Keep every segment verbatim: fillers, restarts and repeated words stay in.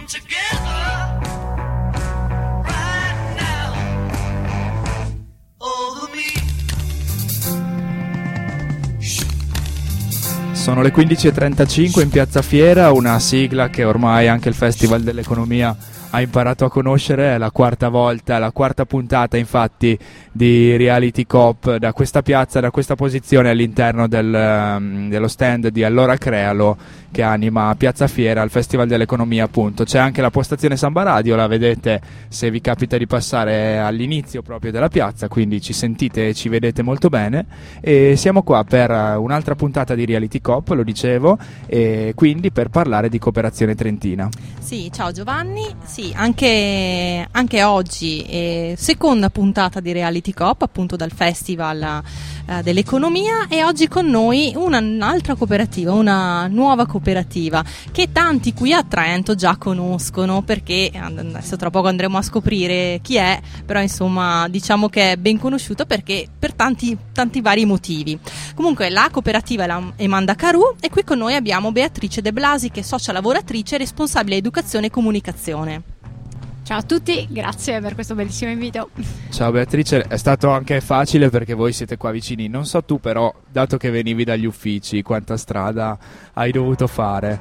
Sono le quindici e trentacinque in Piazza Fiera, una sigla che ormai anche il Festival dell'Economia ha imparato a conoscere. È la quarta volta, la quarta puntata infatti di Reality Coop da questa piazza, da questa posizione all'interno del, um, dello stand di Allora Crealo, che anima Piazza Fiera al Festival dell'Economia appunto. C'è anche la postazione Samba Radio, la vedete se vi capita di passare all'inizio proprio della piazza, quindi ci sentite e ci vedete molto bene, e siamo qua per un'altra puntata di Reality Coop, lo dicevo, e quindi per parlare di cooperazione trentina. Sì, ciao Giovanni, sì, anche, anche oggi è seconda puntata di Reality Coop appunto dal Festival eh, dell'Economia, e oggi con noi una, un'altra cooperativa, una nuova cooperativa che tanti qui a Trento già conoscono, perché adesso tra poco andremo a scoprire chi è, però insomma diciamo che è ben conosciuta perché per tanti, tanti vari motivi. Comunque la cooperativa è, la, è Mandacaru, e qui con noi abbiamo Beatrice De Blasi, che è socia lavoratrice e responsabile educazione e comunicazione. Ciao a tutti, grazie per questo bellissimo invito. Ciao Beatrice, è stato anche facile perché voi siete qua vicini, non so tu però, dato che venivi dagli uffici, quanta strada hai dovuto fare,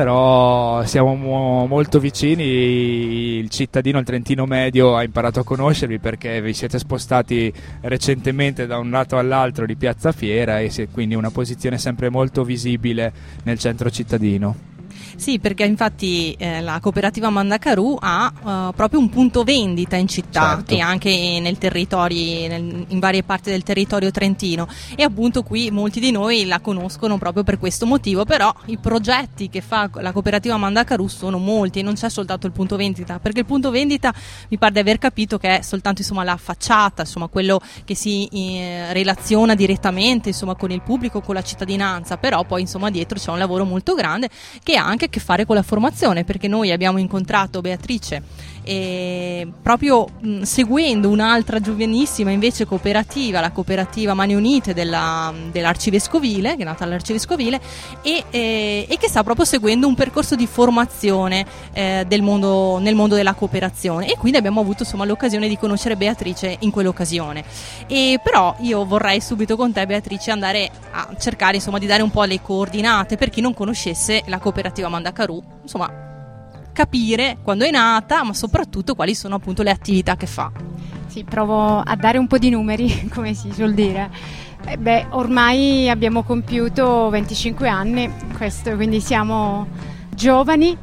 però siamo mo- molto vicini, il cittadino, il trentino medio ha imparato a conoscervi perché vi siete spostati recentemente da un lato all'altro di Piazza Fiera, e si- quindi una posizione sempre molto visibile nel centro cittadino. Sì, perché infatti eh, la cooperativa Mandacaru ha uh, proprio un punto vendita in città, certo, e anche nei territori, nel, in varie parti del territorio trentino, e appunto qui molti di noi la conoscono proprio per questo motivo. Però i progetti che fa la cooperativa Mandacaru sono molti, e non c'è soltanto il punto vendita, perché il punto vendita mi pare di aver capito che è soltanto insomma la facciata, insomma quello che si eh, relaziona direttamente insomma con il pubblico, con la cittadinanza, però poi insomma dietro c'è un lavoro molto grande che ha anche a che fare con la formazione, perché noi abbiamo incontrato Beatrice e proprio mh, seguendo un'altra giovanissima invece cooperativa, la cooperativa Mani Unite della, dell'Arcivescovile, che è nata all'Arcivescovile, e, e, e che sta proprio seguendo un percorso di formazione eh, del mondo, nel mondo della cooperazione, e quindi abbiamo avuto insomma l'occasione di conoscere Beatrice in quell'occasione. E però io vorrei subito con te, Beatrice, andare a cercare insomma di dare un po' le coordinate per chi non conoscesse la cooperativa Mandacaru, insomma capire quando è nata, ma soprattutto quali sono appunto le attività che fa. Sì, provo a dare un po' di numeri, come si suol dire. Eh beh, ormai abbiamo compiuto venticinque anni, questo, quindi siamo giovani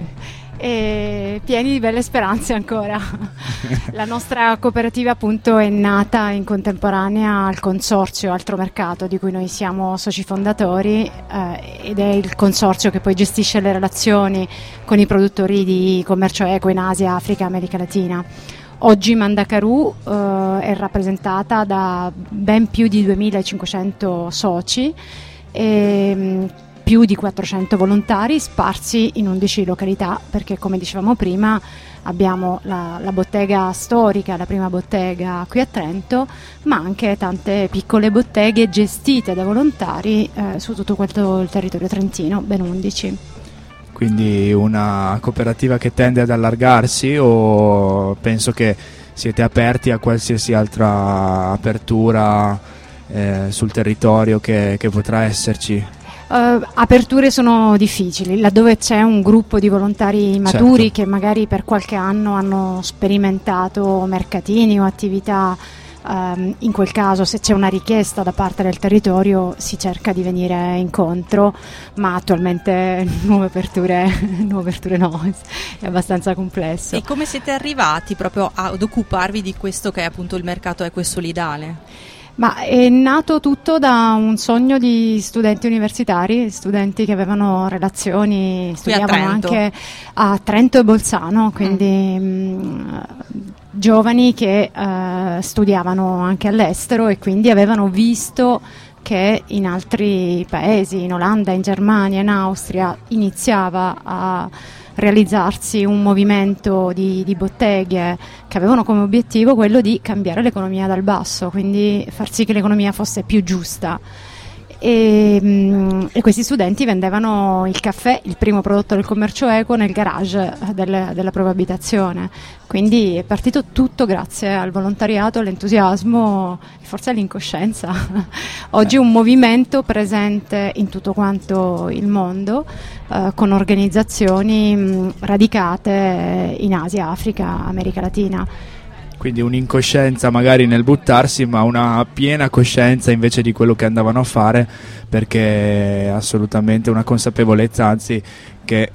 e pieni di belle speranze ancora. La nostra cooperativa appunto è nata in contemporanea al consorzio Altro Mercato, di cui noi siamo soci fondatori, eh, ed è il consorzio che poi gestisce le relazioni con i produttori di commercio equo in Asia, Africa e America Latina. Oggi Mandacaru eh, è rappresentata da ben più di duemilacinquecento soci e più di quattrocento volontari sparsi in undici località, perché come dicevamo prima abbiamo la, la bottega storica, la prima bottega qui a Trento, ma anche tante piccole botteghe gestite da volontari eh, su tutto questo il territorio trentino, ben undici. Quindi una cooperativa che tende ad allargarsi, o penso che siete aperti a qualsiasi altra apertura eh, sul territorio che, che potrà esserci? Uh, aperture sono difficili, laddove c'è un gruppo di volontari maturi, certo, che magari per qualche anno hanno sperimentato mercatini o attività, um, in quel caso se c'è una richiesta da parte del territorio si cerca di venire incontro, ma attualmente nuove aperture, nuove aperture no, è abbastanza complesso. E come siete arrivati proprio ad occuparvi di questo che è appunto il mercato equo e solidale? Ma è nato tutto da un sogno di studenti universitari, studenti che avevano relazioni, studiavano anche a Trento e Bolzano, quindi mm. mh, giovani che uh, studiavano anche all'estero e quindi avevano visto che in altri paesi, in Olanda, in Germania, in Austria, iniziava a realizzarsi un movimento di, di botteghe che avevano come obiettivo quello di cambiare l'economia dal basso, quindi far sì che l'economia fosse più giusta. e, mh, e questi studenti vendevano il caffè, il primo prodotto del commercio equo, nel garage del, della propria abitazione. Quindi è partito tutto grazie al volontariato, all'entusiasmo e forse all'incoscienza. Oggi è un movimento presente in tutto quanto il mondo, eh, con organizzazioni mh, radicate in Asia, Africa, America Latina. Quindi un'incoscienza magari nel buttarsi, ma una piena coscienza invece di quello che andavano a fare, perché è assolutamente una consapevolezza, anzi, che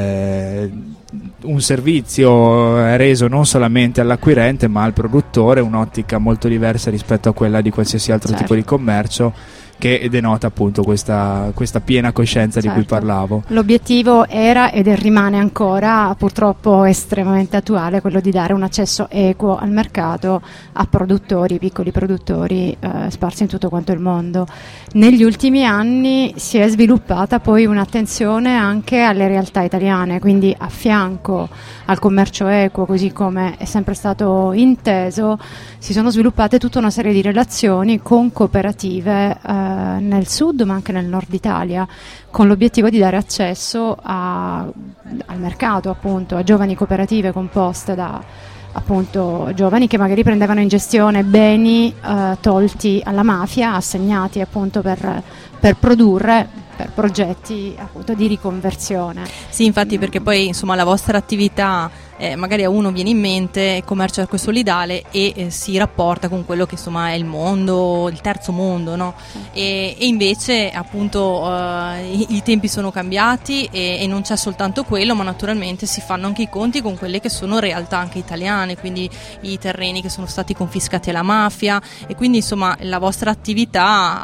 eh, un servizio è reso non solamente all'acquirente ma al produttore, un'ottica molto diversa rispetto a quella di qualsiasi altro certo. tipo di commercio, che denota appunto questa, questa piena coscienza certo. di cui parlavo. L'obiettivo era ed rimane ancora purtroppo estremamente attuale, quello di dare un accesso equo al mercato a produttori, piccoli produttori eh, sparsi in tutto quanto il mondo. Negli ultimi anni si è sviluppata poi un'attenzione anche alle realtà italiane, quindi a fianco al commercio equo, così come è sempre stato inteso, si sono sviluppate tutta una serie di relazioni con cooperative eh, nel sud ma anche nel nord Italia, con l'obiettivo di dare accesso a, al mercato, appunto, a giovani cooperative composte da appunto giovani che magari prendevano in gestione beni eh, tolti alla mafia, assegnati appunto per, per produrre per progetti appunto di riconversione. Sì, infatti, perché poi insomma la vostra attività eh, magari a uno viene in mente commercio equo e solidale e eh, si rapporta con quello che insomma è il mondo, il terzo mondo, no? E, e invece appunto eh, i, i tempi sono cambiati e, e non c'è soltanto quello, ma naturalmente si fanno anche i conti con quelle che sono realtà anche italiane, quindi i terreni che sono stati confiscati alla mafia, e quindi insomma la vostra attività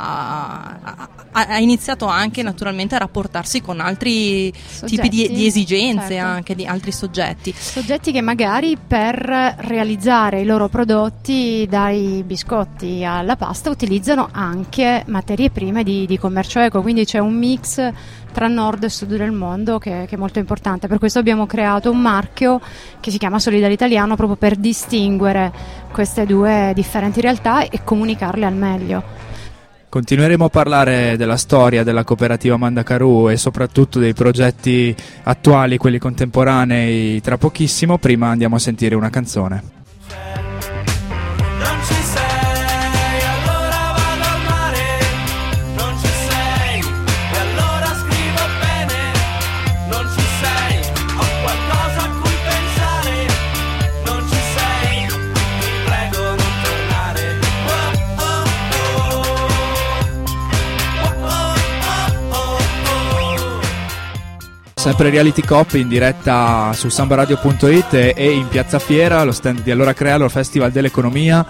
ha, ha, ha iniziato anche naturalmente a rapportarsi con altri soggetti, tipi di, di esigenze, certo. anche di altri soggetti. Soggetti che magari per realizzare i loro prodotti, dai biscotti alla pasta, utilizzano anche materie prime di, di commercio equo, quindi c'è un mix tra nord e sud del mondo che, che è molto importante. Per questo abbiamo creato un marchio che si chiama Solidale Italiano, proprio per distinguere queste due differenti realtà e comunicarle al meglio. Continueremo a parlare della storia della cooperativa Mandacaru e soprattutto dei progetti attuali, quelli contemporanei, tra pochissimo. Prima andiamo a sentire una canzone. Sempre Reality Cop in diretta su sambaradio punto it e in Piazza Fiera, lo stand di Allora Crealo, Festival dell'Economia,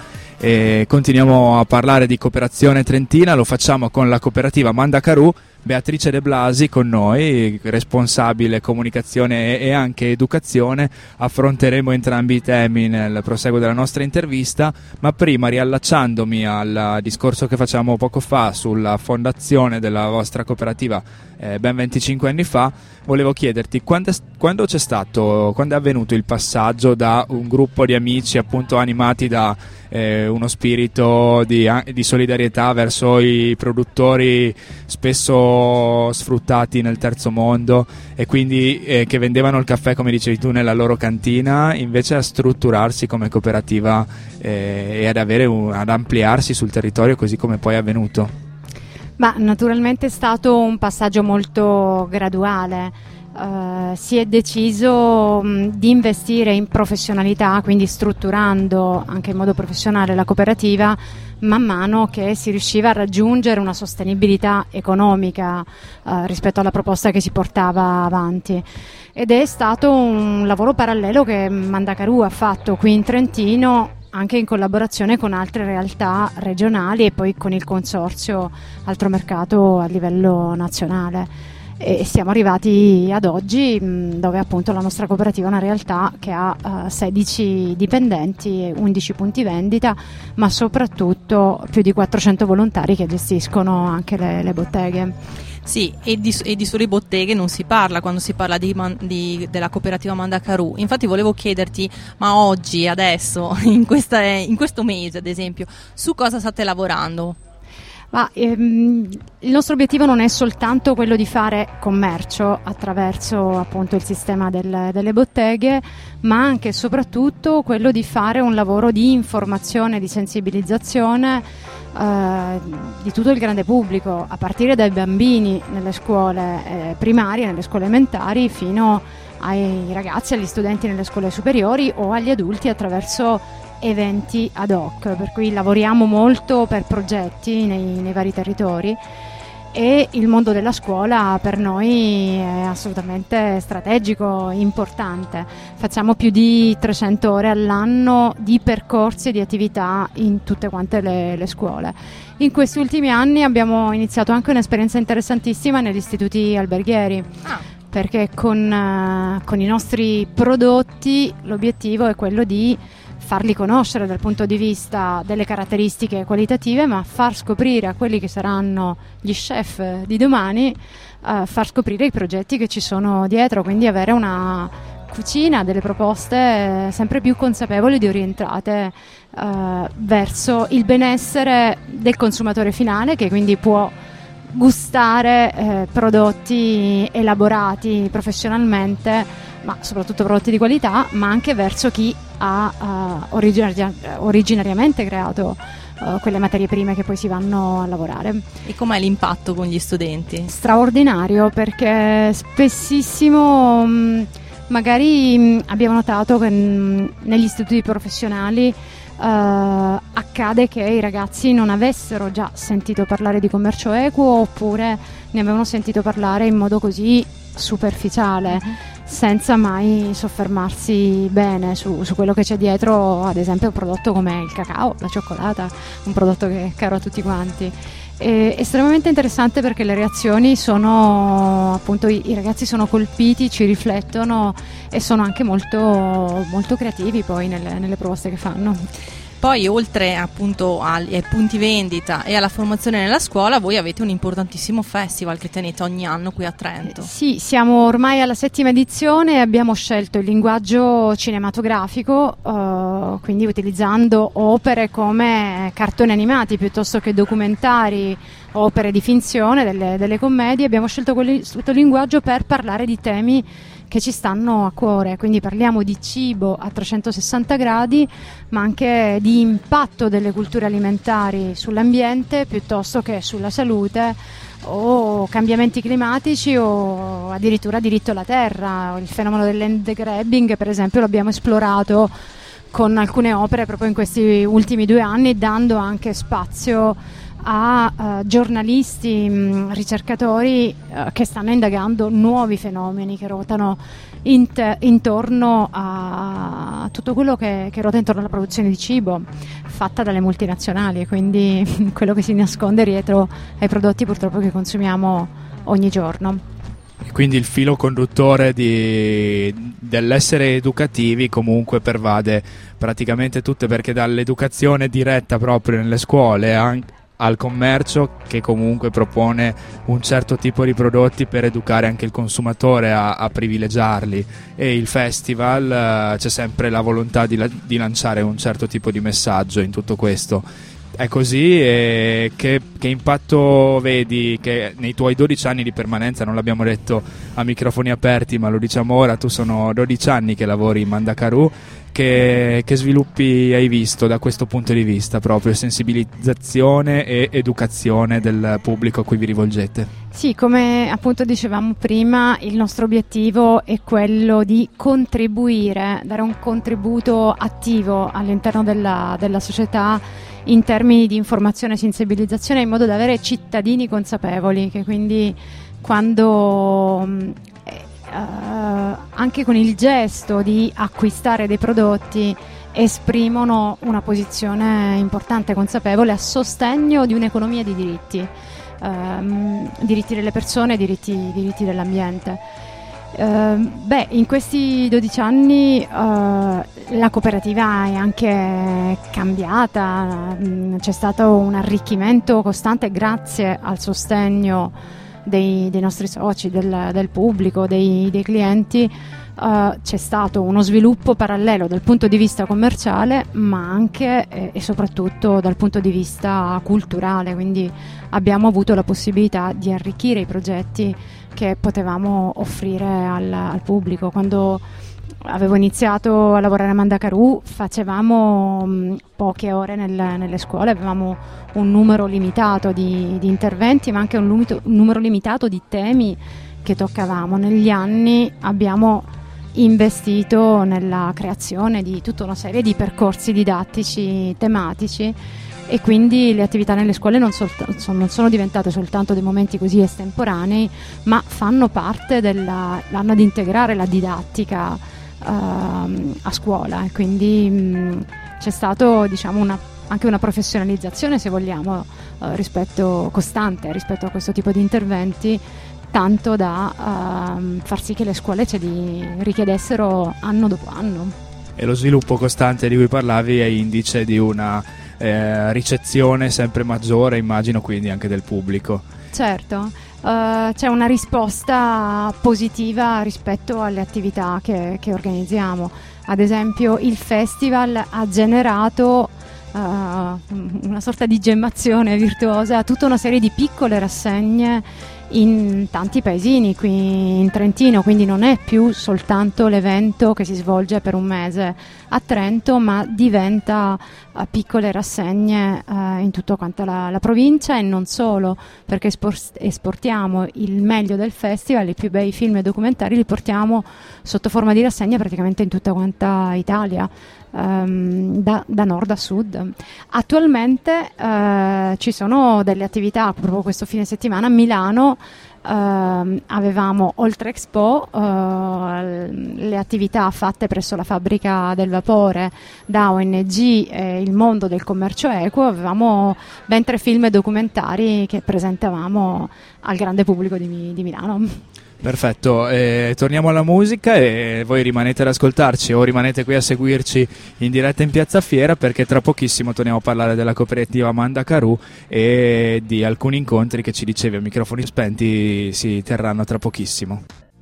e continuiamo a parlare di cooperazione trentina. Lo facciamo con la cooperativa Mandacaru. Beatrice De Blasi con noi, responsabile comunicazione e anche educazione. Affronteremo entrambi i temi nel proseguo della nostra intervista, ma prima, riallacciandomi al discorso che facciamo poco fa sulla fondazione della vostra cooperativa eh, ben venticinque anni fa, volevo chiederti quando, è, quando c'è stato, quando è avvenuto il passaggio da un gruppo di amici appunto animati da eh, uno spirito di, di solidarietà verso i produttori spesso sfruttati nel terzo mondo e quindi eh, che vendevano il caffè, come dicevi tu, nella loro cantina, invece a strutturarsi come cooperativa eh, e ad, avere un, ad ampliarsi sul territorio, così come poi è avvenuto? Ma naturalmente è stato un passaggio molto graduale. Uh, si è deciso mh, di investire in professionalità, quindi strutturando anche in modo professionale la cooperativa man mano che si riusciva a raggiungere una sostenibilità economica uh, rispetto alla proposta che si portava avanti, ed è stato un lavoro parallelo che Mandacaru ha fatto qui in Trentino, anche in collaborazione con altre realtà regionali e poi con il consorzio Altro Mercato a livello nazionale. E siamo arrivati ad oggi dove appunto la nostra cooperativa è una realtà che ha uh, sedici dipendenti e undici punti vendita, ma soprattutto più di quattrocento volontari che gestiscono anche le, le botteghe. Sì, e di, e di sole botteghe non si parla quando si parla di, di, della cooperativa Mandacaru. Infatti volevo chiederti, ma oggi, adesso, in, questa, in questo mese ad esempio, su cosa state lavorando? Ma, ehm, il nostro obiettivo non è soltanto quello di fare commercio attraverso appunto il sistema del, delle botteghe, ma anche e soprattutto quello di fare un lavoro di informazione, di sensibilizzazione eh, di tutto il grande pubblico, a partire dai bambini nelle scuole eh, primarie, nelle scuole elementari, fino ai ragazzi, agli studenti nelle scuole superiori o agli adulti attraverso eventi ad hoc, per cui lavoriamo molto per progetti nei, nei vari territori, e il mondo della scuola per noi è assolutamente strategico, importante. Facciamo più di trecento ore all'anno di percorsi e di attività in tutte quante le, le scuole. In questi ultimi anni abbiamo iniziato anche un'esperienza interessantissima negli istituti alberghieri. Ah. Perché con, con i nostri prodotti l'obiettivo è quello di farli conoscere dal punto di vista delle caratteristiche qualitative, ma far scoprire a quelli che saranno gli chef di domani, uh, far scoprire i progetti che ci sono dietro, quindi avere una cucina, delle proposte sempre più consapevoli ed orientate uh, verso il benessere del consumatore finale, che quindi può gustare eh, prodotti elaborati professionalmente, ma soprattutto prodotti di qualità, ma anche verso chi ha uh, originari- originariamente creato uh, quelle materie prime che poi si vanno a lavorare. E com'è l'impatto con gli studenti? Straordinario, perché spessissimo mh, magari mh, abbiamo notato che mh, negli istituti professionali Uh, accade che i ragazzi non avessero già sentito parlare di commercio equo, oppure ne avevano sentito parlare in modo così superficiale, mm-hmm. senza mai soffermarsi bene su, su quello che c'è dietro, ad esempio un prodotto come il cacao, la cioccolata, un prodotto che è caro a tutti quanti. È estremamente interessante perché le reazioni sono, appunto, i, i ragazzi sono colpiti, ci riflettono e sono anche molto, molto creativi poi nelle, nelle proposte che fanno. Poi, oltre appunto ai punti vendita e alla formazione nella scuola, voi avete un importantissimo festival che tenete ogni anno qui a Trento. Sì, siamo ormai alla settima edizione e abbiamo scelto il linguaggio cinematografico, uh, quindi utilizzando opere come cartoni animati piuttosto che documentari, opere di finzione, delle, delle commedie. Abbiamo scelto questo linguaggio per parlare di temi che ci stanno a cuore, quindi parliamo di cibo a trecentosessanta gradi, ma anche di impatto delle culture alimentari sull'ambiente piuttosto che sulla salute, o cambiamenti climatici, o addirittura diritto alla terra. Il fenomeno del land grabbing, per esempio, l'abbiamo esplorato con alcune opere proprio in questi ultimi due anni, dando anche spazio a uh, giornalisti, mh, ricercatori uh, che stanno indagando nuovi fenomeni che ruotano int- intorno a tutto quello che, che ruota intorno alla produzione di cibo fatta dalle multinazionali, e quindi quello che si nasconde dietro ai prodotti purtroppo che consumiamo ogni giorno. E quindi il filo conduttore di, dell'essere educativi comunque pervade praticamente tutte, perché dall'educazione diretta proprio nelle scuole anche al commercio, che comunque propone un certo tipo di prodotti per educare anche il consumatore a, a privilegiarli, e il festival, uh, c'è sempre la volontà di, la, di lanciare un certo tipo di messaggio in tutto questo. È così? E che, che impatto vedi che nei tuoi dodici anni di permanenza, non l'abbiamo detto a microfoni aperti ma lo diciamo ora, tu sono dodici anni che lavori in Mandacaru, Che, che sviluppi hai visto da questo punto di vista, proprio sensibilizzazione e educazione del pubblico a cui vi rivolgete? Sì, come appunto dicevamo prima, il nostro obiettivo è quello di contribuire, dare un contributo attivo all'interno della, della società in termini di informazione e sensibilizzazione, in modo da avere cittadini consapevoli, che quindi quando Uh, anche con il gesto di acquistare dei prodotti esprimono una posizione importante e consapevole a sostegno di un'economia di diritti, uh, diritti delle persone, diritti, diritti dell'ambiente. Uh, beh, in questi dodici anni uh, la cooperativa è anche cambiata, uh, c'è stato un arricchimento costante grazie al sostegno Dei, dei nostri soci, del, del pubblico, dei, dei clienti, uh, c'è stato uno sviluppo parallelo dal punto di vista commerciale, ma anche eh, e soprattutto dal punto di vista culturale, quindi abbiamo avuto la possibilità di arricchire i progetti che potevamo offrire al, al pubblico. Quando avevo iniziato a lavorare a Mandacaru facevamo mh, poche ore nel, nelle scuole, avevamo un numero limitato di, di interventi, ma anche un, lumito, un numero limitato di temi che toccavamo. Negli anni abbiamo investito nella creazione di tutta una serie di percorsi didattici tematici, e quindi le attività nelle scuole non, solta- non sono diventate soltanto dei momenti così estemporanei, ma fanno parte della, vanno ad integrare la didattica uh, a scuola, e quindi mh, c'è stato, diciamo, una, anche una professionalizzazione, se vogliamo, uh, rispetto costante rispetto a questo tipo di interventi, tanto da uh, far sì che le scuole ce li richiedessero anno dopo anno. E lo sviluppo costante di cui parlavi è indice di una Eh, ricezione sempre maggiore, immagino, quindi anche del pubblico. Certo, uh, c'è una risposta positiva rispetto alle attività che, che organizziamo. Ad esempio, il festival ha generato uh, una sorta di gemmazione virtuosa, tutta una serie di piccole rassegne in tanti paesini qui in Trentino, quindi non è più soltanto l'evento che si svolge per un mese a Trento, ma diventa uh, piccole rassegne uh, in tutta quanta la, la provincia, e non solo, perché espor- esportiamo il meglio del festival, i più bei film e documentari li portiamo sotto forma di rassegna praticamente in tutta quanta Italia, um, da, da nord a sud. Attualmente uh, ci sono delle attività, proprio questo fine settimana a Milano. Uh, avevamo oltre Expo uh, le attività fatte presso la fabbrica del vapore da O N G e il mondo del commercio equo. Avevamo ben tre film e documentari che presentavamo al grande pubblico di, di Milano. Perfetto, eh, torniamo alla musica e voi rimanete ad ascoltarci o rimanete qui a seguirci in diretta in Piazza Fiera, perché tra pochissimo torniamo a parlare della cooperativa Mandacaru e di alcuni incontri che, ci dicevi a microfoni spenti, si terranno tra pochissimo.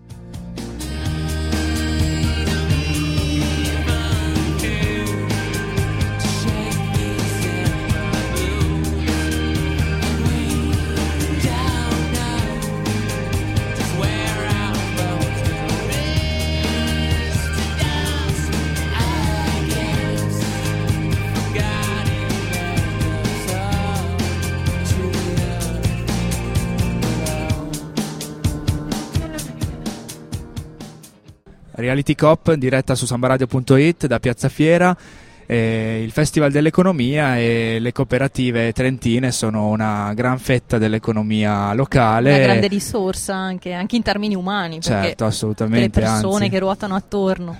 Reality Cop, diretta su sambaradio punto it da Piazza Fiera. Eh, il Festival dell'Economia e le cooperative trentine sono una gran fetta dell'economia locale. Una grande risorsa anche, anche in termini umani, perché certo, assolutamente, le persone anzi, che ruotano attorno.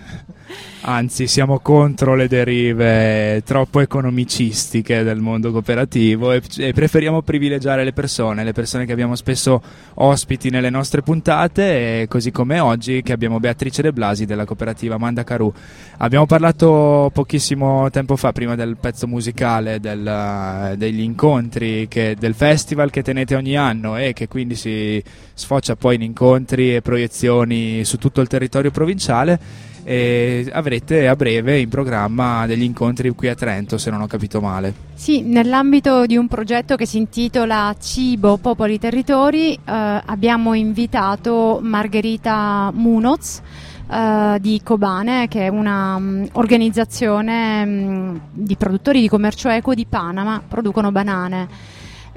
Anzi, siamo contro le derive troppo economicistiche del mondo cooperativo e, e preferiamo privilegiare le persone, le persone che abbiamo spesso ospiti nelle nostre puntate, e così come oggi che abbiamo Beatrice De Blasi della cooperativa Mandacaru. Abbiamo parlato pochissimo tempo fa, prima del pezzo musicale, del, degli incontri che, del festival che tenete ogni anno e che quindi si sfocia poi in incontri e proiezioni su tutto il territorio provinciale. E avrete a breve in programma degli incontri qui a Trento, se non ho capito male. Sì, nell'ambito di un progetto che si intitola Cibo, Popoli, Territori, eh, abbiamo invitato Margherita Munoz eh, di Kobane, che è una um, organizzazione um, di produttori di commercio equo di Panama, producono banane.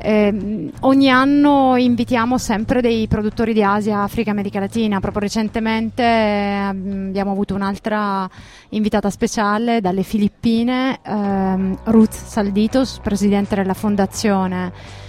Eh, ogni anno invitiamo sempre dei produttori di Asia, Africa, America Latina. Proprio recentemente eh, abbiamo avuto un'altra invitata speciale dalle Filippine, ehm, Ruth Salditos, presidente della fondazione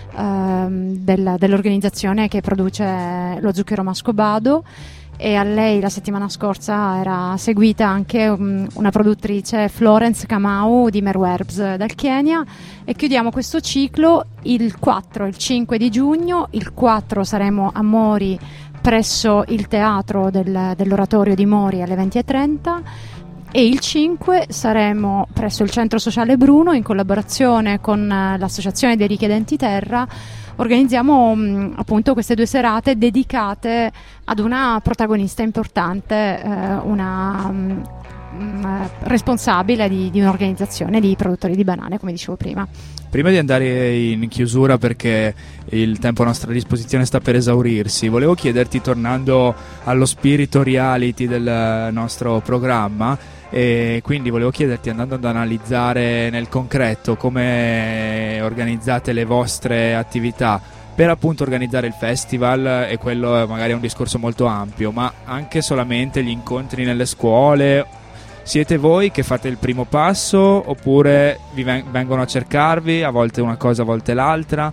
ehm, del, dell'organizzazione che produce lo zucchero Mascobado, e a lei la settimana scorsa era seguita anche um, una produttrice, Florence Kamau di Merwerbs dal Kenya. E chiudiamo questo ciclo il quattro e il cinque di giugno. Il quattro saremo a Mori presso il teatro del, dell'oratorio di Mori alle venti e trenta, e il cinque saremo presso il centro sociale Bruno in collaborazione con l'associazione dei Richiedenti Terra, organizziamo mh, appunto queste due serate dedicate ad una protagonista importante, eh, una mh, mh, responsabile di, di un'organizzazione di produttori di banane, come dicevo prima. Prima di andare in chiusura, perché il tempo a nostra disposizione sta per esaurirsi, volevo chiederti, tornando allo spirito reality del nostro programma, e quindi volevo chiederti, andando ad analizzare nel concreto come organizzate le vostre attività per appunto organizzare il festival, e quello magari è un discorso molto ampio, ma anche solamente gli incontri nelle scuole. Siete voi che fate il primo passo, oppure vi ven- vengono a cercarvi, a volte una cosa, a volte l'altra?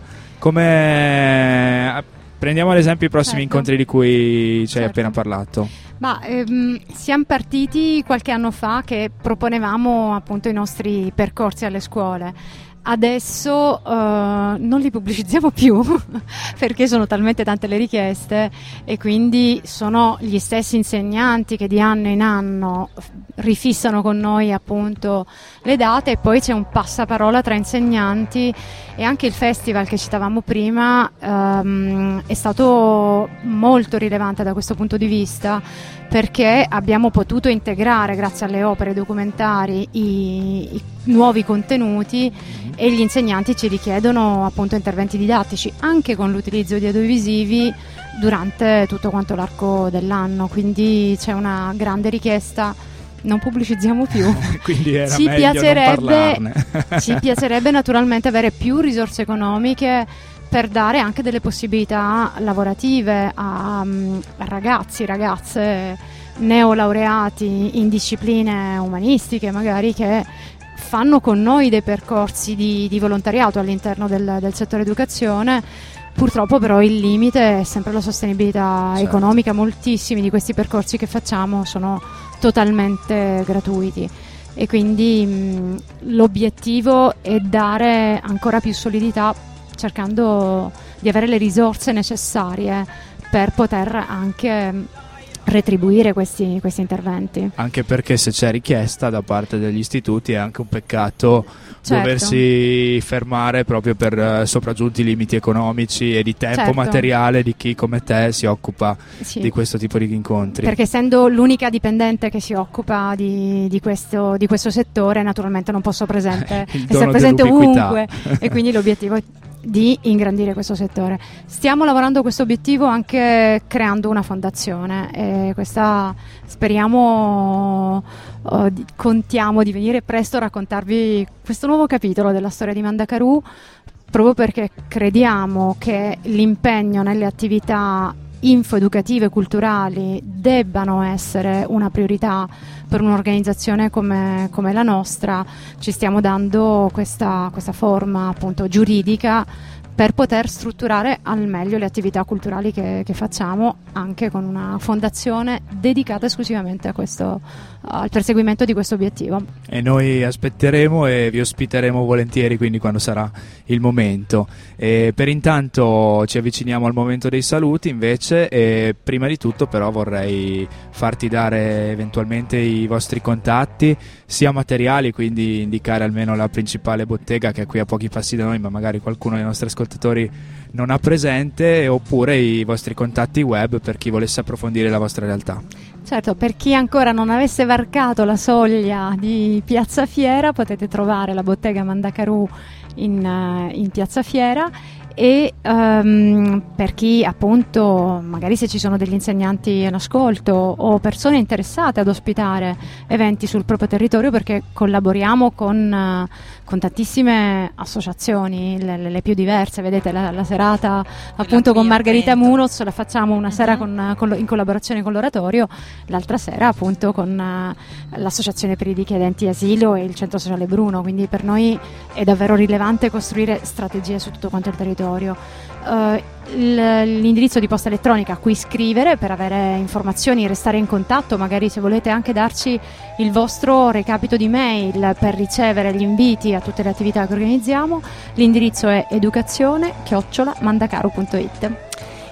Come... Prendiamo ad esempio i prossimi certo. incontri di cui ci hai certo. appena parlato. Ma ehm, siamo partiti qualche anno fa che proponevamo appunto i nostri percorsi alle scuole. Adesso uh, non li pubblicizziamo più perché sono talmente tante le richieste, e quindi sono gli stessi insegnanti che di anno in anno rifissano con noi appunto le date, e poi c'è un passaparola tra insegnanti. E anche il festival che citavamo prima um, è stato molto rilevante da questo punto di vista, perché abbiamo potuto integrare, grazie alle opere documentari, i, i nuovi contenuti, e gli insegnanti ci richiedono appunto interventi didattici anche con l'utilizzo di audiovisivi durante tutto quanto l'arco dell'anno, quindi c'è una grande richiesta. Non pubblicizziamo più. Quindi era ci meglio piacerebbe, non parlarne. ci piacerebbe naturalmente avere più risorse economiche per dare anche delle possibilità lavorative a, a ragazzi, ragazze neolaureati in discipline umanistiche, magari, che fanno con noi dei percorsi di, di volontariato all'interno del, del settore educazione. Purtroppo però il limite è sempre la sostenibilità certo. economica. Moltissimi di questi percorsi che facciamo sono totalmente gratuiti, e quindi mh, l'obiettivo è dare ancora più solidità, cercando di avere le risorse necessarie per poter anche retribuire questi, questi interventi. Anche perché se c'è richiesta da parte degli istituti è anche un peccato certo. doversi fermare proprio per uh, sopraggiunti i limiti economici e di tempo certo. materiale di chi come te si occupa sì. di questo tipo di incontri. Perché essendo l'unica dipendente che si occupa di, di, questo, di questo settore, naturalmente non posso presente, essere presente ovunque, e quindi l'obiettivo è di ingrandire questo settore. Stiamo lavorando a questo obiettivo anche creando una fondazione, e questa speriamo uh, di, contiamo di venire presto a raccontarvi questo nuovo capitolo della storia di Mandacaru, proprio perché crediamo che l'impegno nelle attività infoeducative e culturali debbano essere una priorità per un'organizzazione come, come la nostra. Ci stiamo dando questa, questa forma appunto giuridica per poter strutturare al meglio le attività culturali che, che facciamo, anche con una fondazione dedicata esclusivamente a questo, al perseguimento di questo obiettivo. E noi aspetteremo e vi ospiteremo volentieri, quindi, quando sarà il momento. E per intanto ci avviciniamo al momento dei saluti invece, e prima di tutto però vorrei farti dare eventualmente i vostri contatti, sia materiali, quindi indicare almeno la principale bottega che è qui a pochi passi da noi, ma magari qualcuno dei nostri ascoltatori non ha presente, oppure i vostri contatti web per chi volesse approfondire la vostra realtà. Certo, per chi ancora non avesse varcato la soglia di Piazza Fiera, potete trovare la bottega Mandacaru in, in Piazza Fiera, e um, per chi appunto, magari se ci sono degli insegnanti in ascolto o persone interessate ad ospitare eventi sul proprio territorio, perché collaboriamo con, uh, con tantissime associazioni, le, le più diverse. Vedete la, la serata appunto con Margherita Munoz la facciamo una uh-huh. sera con, con, in collaborazione con l'Oratorio, l'altra sera appunto con uh, l'Associazione per i richiedenti asilo e il Centro Sociale Bruno, quindi per noi è davvero rilevante costruire strategie su tutto quanto il territorio. Uh, l'indirizzo di posta elettronica a cui scrivere per avere informazioni, restare in contatto, magari se volete anche darci il vostro recapito di mail per ricevere gli inviti a tutte le attività che organizziamo, l'indirizzo è educazione chiocciola mandacaru punto it.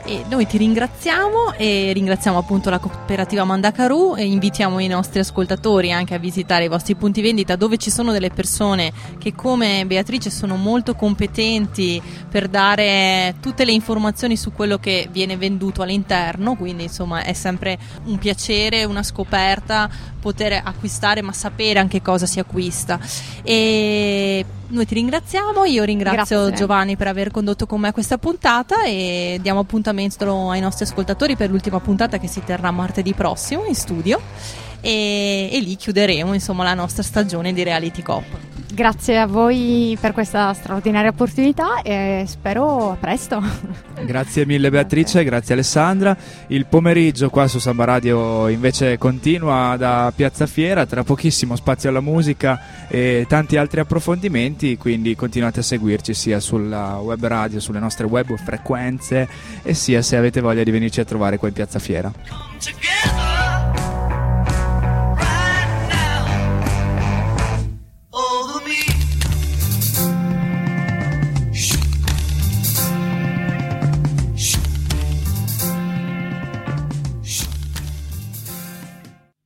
E noi ti ringraziamo e ringraziamo appunto la cooperativa Mandacaru e invitiamo i nostri ascoltatori anche a visitare i vostri punti vendita, dove ci sono delle persone che come Beatrice sono molto competenti per dare tutte le informazioni su quello che viene venduto all'interno, quindi insomma è sempre un piacere, una scoperta poter acquistare ma sapere anche cosa si acquista. E noi ti ringraziamo, io ringrazio Grazie. Giovanni per aver condotto con me questa puntata e diamo appuntamento ai nostri ascoltatori per l'ultima puntata che si terrà martedì prossimo in studio e, e lì chiuderemo insomma la nostra stagione di Reality Coop. Grazie a voi per questa straordinaria opportunità e spero a presto. Grazie mille Beatrice, grazie Alessandra. Il pomeriggio qua su Samba Radio invece continua da Piazza Fiera, tra pochissimo spazio alla musica e tanti altri approfondimenti, quindi continuate a seguirci sia sulla web radio, sulle nostre web frequenze e sia se avete voglia di venirci a trovare qua in Piazza Fiera.